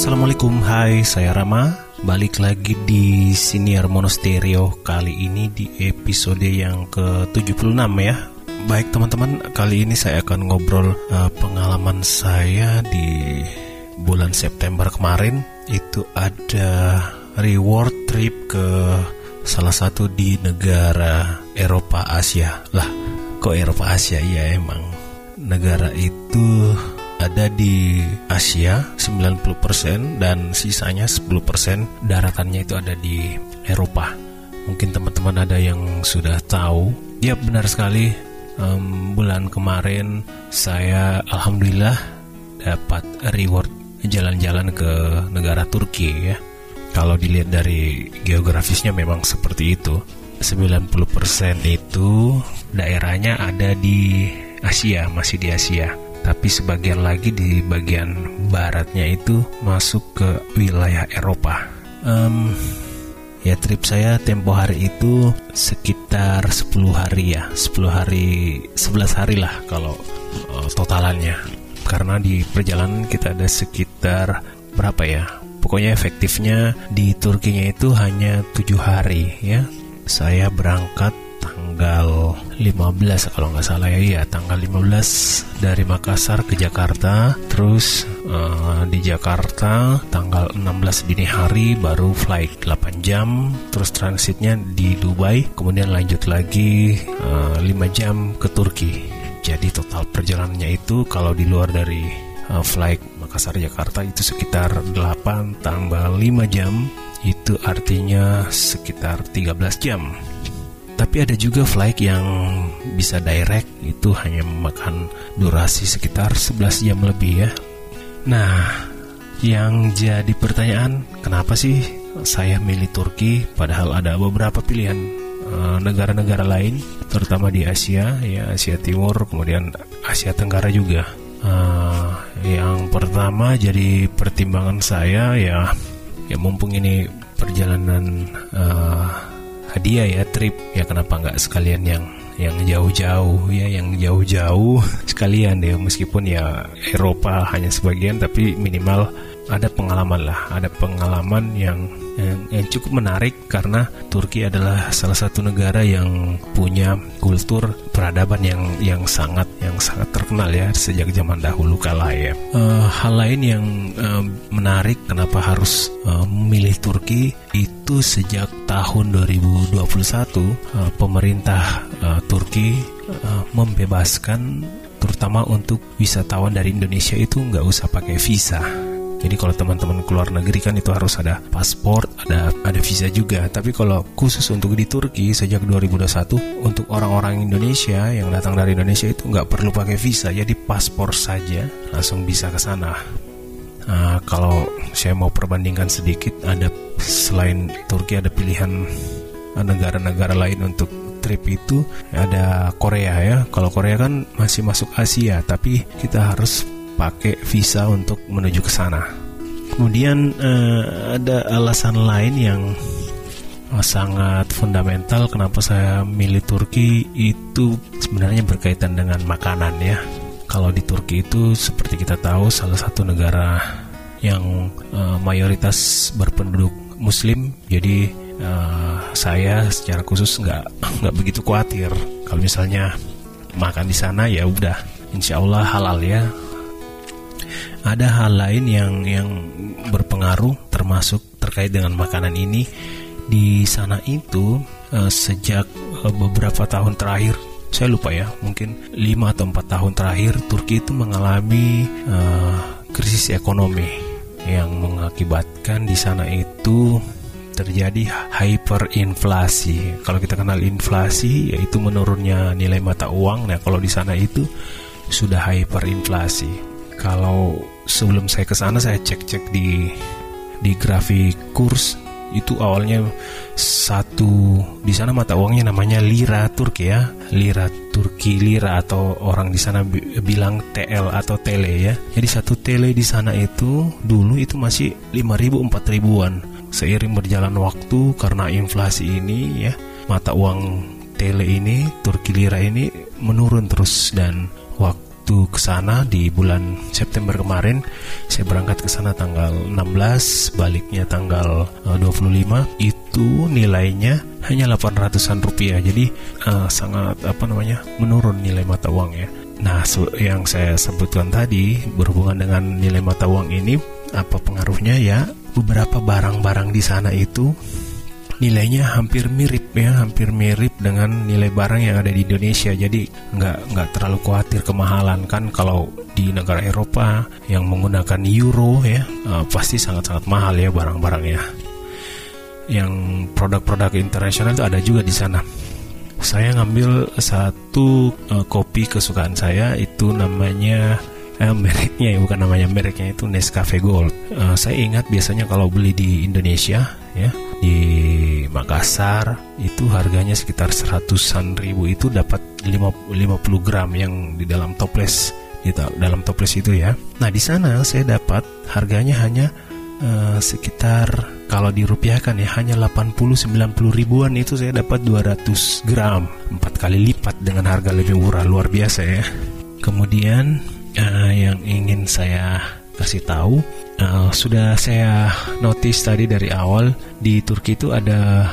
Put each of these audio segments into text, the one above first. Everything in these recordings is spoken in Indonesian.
Assalamualaikum, hai, saya Rama. Balik lagi di Siniar Monostereo. Kali ini di episode yang ke-76 ya. Baik teman-teman, kali ini saya akan ngobrol pengalaman saya di bulan September kemarin. Itu ada reward trip ke salah satu di negara Eropa Asia. Lah, kok Eropa Asia? Iya emang. Negara itu ada di Asia 90% dan sisanya 10% daratannya itu ada di Eropa. Mungkin teman-teman ada yang sudah tahu. Ya benar sekali, bulan kemarin saya alhamdulillah dapat reward jalan-jalan ke negara Turki ya. Kalau dilihat dari geografisnya memang seperti itu. 90% itu daerahnya ada di Asia, masih di Asia. Tapi sebagian lagi di bagian baratnya itu masuk ke wilayah Eropa. Ya trip saya tempo hari itu sekitar 10 hari ya. 11 hari lah kalau totalannya. Karena di perjalanan kita ada sekitar berapa ya? Pokoknya efektifnya di Turkinya itu hanya 7 hari ya. Saya berangkat tanggal 15 kalau nggak salah ya, tanggal 15 dari Makassar ke Jakarta. Terus di Jakarta tanggal 16 dini hari baru flight 8 jam. Terus transitnya di Dubai, kemudian lanjut lagi 5 jam ke Turki. Jadi total perjalanannya itu kalau di luar dari flight Makassar Jakarta itu sekitar 8 tambah 5 jam. Itu artinya sekitar 13 jam. Tapi ada juga flight yang bisa direct, itu hanya memakan durasi sekitar 11 jam lebih ya. Nah, yang jadi pertanyaan, kenapa sih saya milih Turki padahal ada beberapa pilihan negara-negara lain, terutama di Asia, ya Asia Timur, kemudian Asia Tenggara juga. Yang pertama jadi pertimbangan saya ya mumpung ini perjalanan hadiah ya, trip ya, kenapa nggak sekalian yang jauh-jauh ya, yang jauh-jauh sekalian deh, meskipun ya Eropa hanya sebagian, tapi minimal ada pengalaman lah, ada pengalaman yang cukup menarik karena Turki adalah salah satu negara yang punya kultur peradaban yang sangat terkenal ya sejak zaman dahulu kala ya. Hal lain yang menarik kenapa harus memilih Turki itu sejak tahun 2021 pemerintah Turki membebaskan terutama untuk wisatawan dari Indonesia itu nggak usah pakai visa. Jadi kalau teman-teman keluar negeri kan itu harus ada paspor, ada visa juga. Tapi kalau khusus untuk di Turki sejak 2021 untuk orang-orang Indonesia yang datang dari Indonesia itu nggak perlu pakai visa, jadi paspor saja langsung bisa ke sana. Kalau saya mau perbandingkan sedikit, ada selain Turki ada pilihan negara-negara lain untuk trip itu, ada Korea ya. Kalau Korea kan masih masuk Asia, tapi kita harus pakai visa untuk menuju ke sana. Kemudian ada alasan lain yang sangat fundamental kenapa saya milih Turki, itu sebenarnya berkaitan dengan makanan ya. Kalau di Turki itu seperti kita tahu salah satu negara yang mayoritas berpenduduk Muslim, jadi saya secara khusus nggak begitu khawatir kalau misalnya makan di sana, ya udah insya Allah halal ya. Ada hal lain yang berpengaruh termasuk terkait dengan makanan ini. Di sana itu sejak beberapa tahun terakhir, saya lupa ya, mungkin 5 atau 4 tahun terakhir Turki itu mengalami krisis ekonomi yang mengakibatkan di sana itu terjadi hyperinflasi. Kalau kita kenal inflasi yaitu menurunnya nilai mata uang. Nah, kalau di sana itu sudah hyperinflasi. Kalau sebelum saya ke sana saya cek di grafik kurs itu awalnya di sana mata uangnya namanya lira Turki ya, lira Turki, lira atau orang di sana bilang TL atau tele ya. Jadi satu tele di sana itu dulu itu masih 5.000 4.000-an. Seiring berjalan waktu karena inflasi ini ya, mata uang tele ini, Turki lira ini menurun terus, dan waktu waktu ke sana di bulan September kemarin. Saya berangkat ke sana tanggal 16, baliknya tanggal 25. Itu nilainya hanya 800-an rupiah. Jadi sangat menurun nilai mata uang ya. Nah, yang saya sebutkan tadi berhubungan dengan nilai mata uang ini, apa pengaruhnya ya? Beberapa barang-barang di sana itu nilainya hampir mirip dengan nilai barang yang ada di Indonesia. Jadi nggak terlalu khawatir kemahalan kan. Kalau di negara Eropa yang menggunakan euro ya, pasti sangat-sangat mahal ya barang-barangnya. Yang produk-produk internasional itu ada juga di sana. Saya ngambil satu kopi kesukaan saya, itu namanya mereknya itu Nescafe Gold. Saya ingat biasanya kalau beli di Indonesia ya, di Makassar itu harganya sekitar 100-an ribu, itu dapat 50 gram yang di dalam toples itu ya. Nah, di sana saya dapat harganya hanya sekitar, kalau dirupiahkan ya, hanya 80-90 ribuan. Itu saya dapat 200 gram, 4 kali lipat dengan harga lebih murah, luar biasa ya. Kemudian yang ingin saya kasih tahu, sudah saya notice tadi dari awal, di Turki itu ada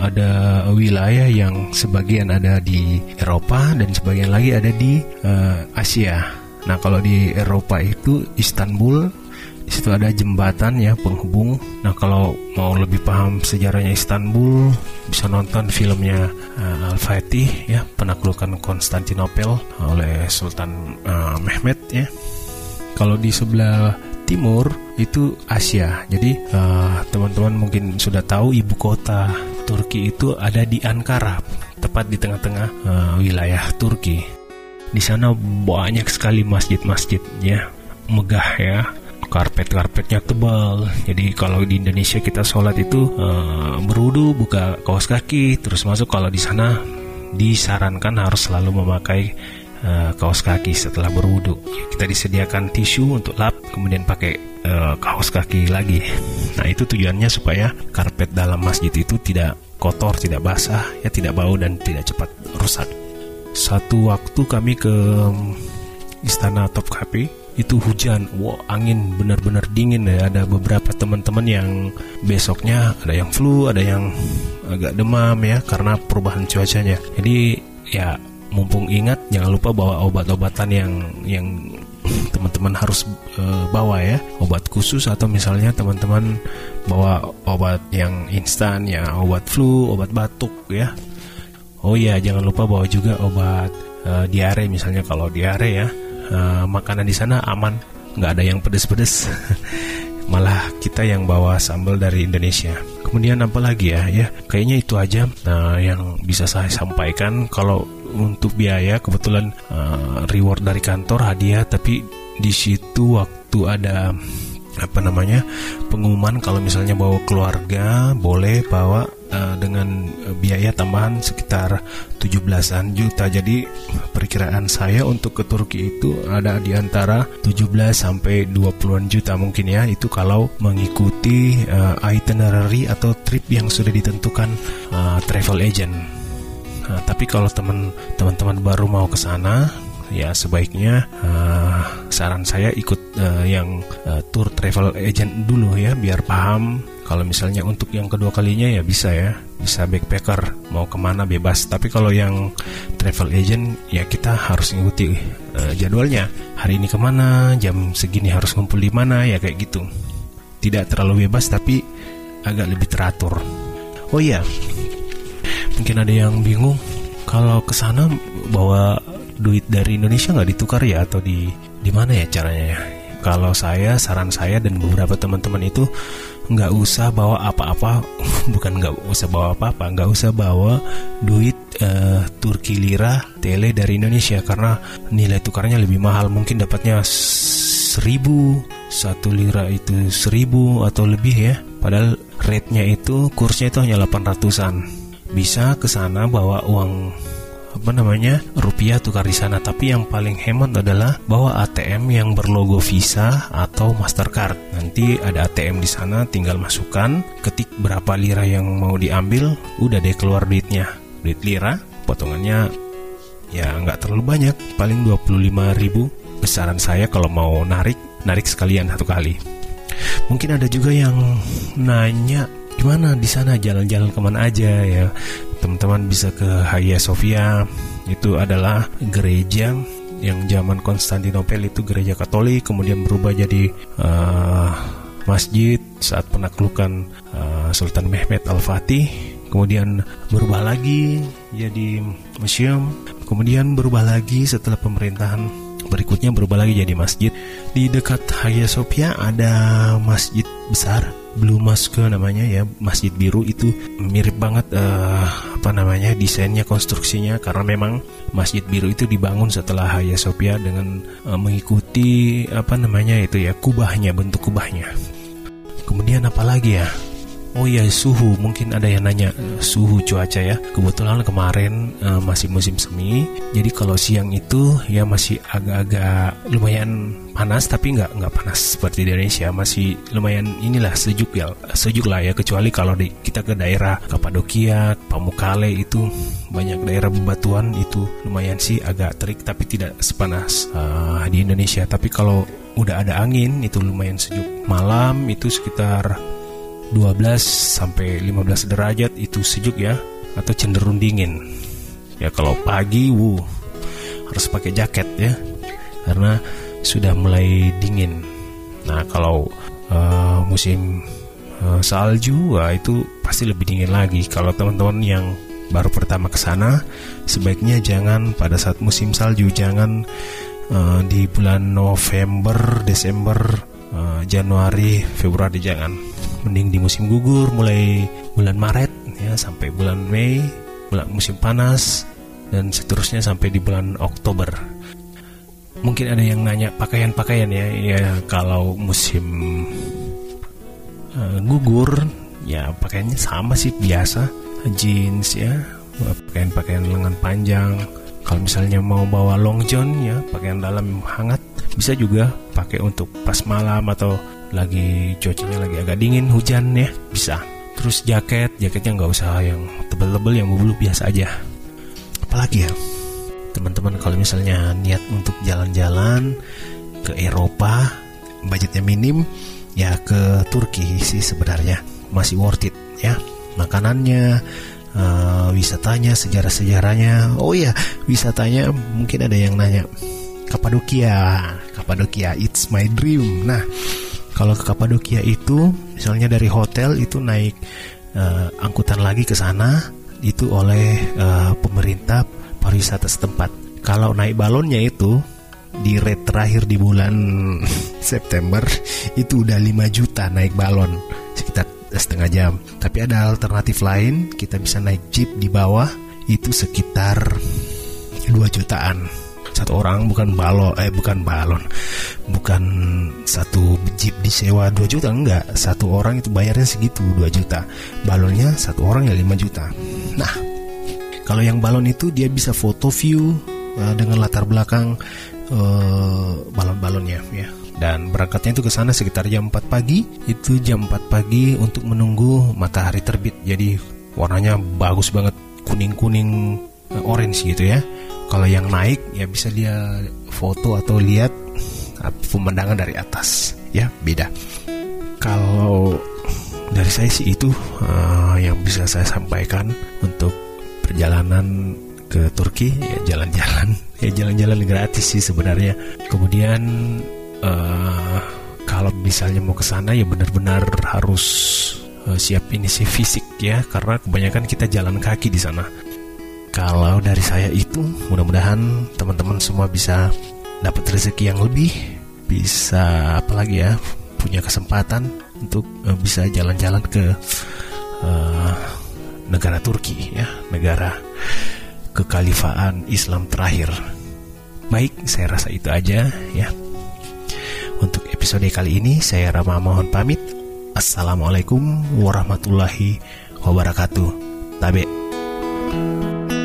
wilayah yang sebagian ada di Eropa dan sebagian lagi ada di Asia. Nah, kalau di Eropa itu Istanbul, di situ ada jembatan ya penghubung. Nah, kalau mau lebih paham sejarahnya Istanbul, bisa nonton filmnya Al-Fatih ya, penaklukan Konstantinopel oleh Sultan Mehmed ya. Kalau di sebelah timur itu Asia. Jadi teman-teman mungkin sudah tahu ibu kota Turki itu ada di Ankara, tepat di tengah-tengah wilayah Turki. Di sana banyak sekali masjid-masjidnya, megah ya. Karpet-karpetnya tebal. Jadi kalau di Indonesia kita sholat itu berwudu, buka kaos kaki, terus masuk. Kalau di sana disarankan harus selalu memakai kaos kaki setelah berwudu. Kita disediakan tisu untuk lap, kemudian pakai kaos kaki lagi. Nah, itu tujuannya supaya karpet dalam masjid itu tidak kotor, tidak basah, ya tidak bau dan tidak cepat rusak. Satu waktu kami ke Istana Topkapi, itu hujan, angin benar-benar dingin ya. Ada beberapa teman-teman yang besoknya ada yang flu, ada yang agak demam ya, karena perubahan cuacanya. Jadi ya, mumpung ingat, jangan lupa bawa obat-obatan yang teman-teman harus bawa ya, obat khusus, atau misalnya teman-teman bawa obat yang instan ya, obat flu, obat batuk ya. Oh iya, jangan lupa bawa juga obat diare misalnya. Kalau diare ya, makanan di sana aman, nggak ada yang pedes-pedes. Malah kita yang bawa sambal dari Indonesia. Kemudian apa lagi ya, kayaknya itu aja yang bisa saya sampaikan. Kalau untuk biaya, kebetulan reward dari kantor, hadiah, tapi di situ waktu ada pengumuman kalau misalnya bawa keluarga boleh bawa dengan biaya tambahan sekitar 17-an juta. Jadi perkiraan saya untuk ke Turki itu ada di antara 17 sampai 20-an juta mungkin ya. Itu kalau mengikuti itinerary atau trip yang sudah ditentukan travel agent. Tapi kalau teman-teman baru mau ke sana, ya sebaiknya saran saya ikut yang tour travel agent dulu ya, biar paham. Kalau misalnya untuk yang kedua kalinya ya bisa backpacker, mau kemana bebas. Tapi kalau yang travel agent ya kita harus ngikuti jadwalnya. Hari ini kemana, jam segini harus ngumpul di mana ya, kayak gitu. Tidak terlalu bebas tapi agak lebih teratur. Oh iya, mungkin ada yang bingung, kalau kesana bawa duit dari Indonesia nggak ditukar ya, atau di mana ya caranya ya? Kalau saran saya dan beberapa teman-teman itu nggak usah bawa apa-apa. Bukan nggak usah bawa apa-apa, nggak usah bawa duit Turki lira tele dari Indonesia, karena nilai tukarnya lebih mahal. Mungkin dapatnya 1.000, 1 lira itu 1.000 atau lebih ya, padahal rate-nya itu, kursnya itu hanya 800-an. Bisa ke sana bawa uang rupiah tukar di sana. Tapi yang paling hemat adalah bawa ATM yang berlogo Visa atau Mastercard. Nanti ada ATM di sana, tinggal masukkan, ketik berapa lira yang mau diambil, udah deh keluar duitnya. Duit lira, potongannya ya nggak terlalu banyak, paling 25.000 saran saya kalau mau narik sekalian satu kali. Mungkin ada juga yang nanya, gimana di sana jalan-jalan kemana aja ya? Teman-teman bisa ke Hagia Sophia. Itu adalah gereja yang zaman Konstantinopel itu gereja Katolik, kemudian berubah jadi masjid saat penaklukan Sultan Mehmed Al-Fatih, kemudian berubah lagi jadi museum, kemudian berubah lagi setelah pemerintahan berikutnya berubah lagi jadi masjid. Di dekat Hagia Sophia ada masjid besar, Blue Mosque namanya ya, masjid biru. Itu mirip banget desainnya, konstruksinya, karena memang masjid biru itu dibangun setelah Hagia Sophia dengan mengikuti kubahnya, bentuk kubahnya. Kemudian apa lagi ya? Oh ya, suhu. Mungkin ada yang nanya suhu cuaca ya. Kebetulan kemarin masih musim semi. Jadi kalau siang itu ya masih agak-agak lumayan panas, tapi nggak panas seperti di Indonesia. Masih lumayan sejuk lah ya. Kecuali kalau kita ke daerah Kapadokia, Pamukkale, itu banyak daerah bebatuan, itu lumayan sih agak terik, tapi tidak sepanas di Indonesia. Tapi kalau udah ada angin itu lumayan sejuk. Malam itu sekitar 12 sampai 15 derajat itu sejuk ya, atau cenderung dingin. Ya kalau pagi harus pakai jaket ya, karena sudah mulai dingin. Nah kalau musim salju itu pasti lebih dingin lagi. Kalau teman-teman yang baru pertama ke sana, sebaiknya jangan pada saat musim salju, jangan di bulan November, Desember, Januari, Februari, jangan. Mending di musim gugur, mulai bulan Maret ya sampai bulan Mei, bulan musim panas, dan seterusnya sampai di bulan Oktober. Mungkin ada yang nanya pakaian-pakaian ya kalau musim gugur ya pakaiannya sama sih, biasa, jeans ya, pakaian lengan panjang. Kalau misalnya mau bawa long john ya, pakaian dalam hangat, bisa juga pakai untuk pas malam atau lagi cuacanya lagi agak dingin, hujan ya, bisa. Terus jaketnya nggak usah yang tebel-tebel, yang bulu biasa aja. Apalagi ya teman-teman, kalau misalnya niat untuk jalan-jalan ke Eropa, budgetnya minim, ya ke Turki sih sebenarnya masih worth it ya. Makanannya, wisatanya, sejarah-sejarahnya. Oh ya, wisatanya mungkin ada yang nanya, Kapadokia, it's my dream. Nah, kalau ke Kapadokia itu misalnya dari hotel itu naik angkutan lagi ke sana itu oleh pemerintah pariwisata setempat. Kalau naik balonnya itu di rate terakhir di bulan September itu udah 5 juta naik balon, sekitar setengah jam. Tapi ada alternatif lain, kita bisa naik jeep di bawah, itu sekitar 2 jutaan. Satu orang, bukan satu jeep disewa 2 juta, enggak. Satu orang itu bayarnya segitu, 2 juta. Balonnya satu orang ya 5 juta. Nah, kalau yang balon itu dia bisa foto view dengan latar belakang balon-balonnya ya. Dan berangkatnya itu ke sana sekitar jam 4 pagi. Itu jam 4 pagi untuk menunggu matahari terbit. Jadi warnanya bagus banget, kuning-kuning orange gitu ya. Kalau yang naik ya bisa dia foto atau lihat pemandangan dari atas ya, beda. Kalau dari saya sih itu yang bisa saya sampaikan untuk perjalanan ke Turki ya, jalan-jalan gratis sih sebenarnya. Kemudian kalau misalnya mau ke sana ya benar-benar harus siapin isi fisik ya, karena kebanyakan kita jalan kaki di sana. Kalau dari saya itu, mudah-mudahan teman-teman semua bisa dapat rezeki yang lebih, bisa apalagi ya, punya kesempatan untuk bisa jalan-jalan ke negara Turki ya, negara kekhalifaan Islam terakhir. Baik, saya rasa itu aja ya. Untuk episode kali ini saya Rama mohon pamit. Assalamualaikum warahmatullahi wabarakatuh. Tabe.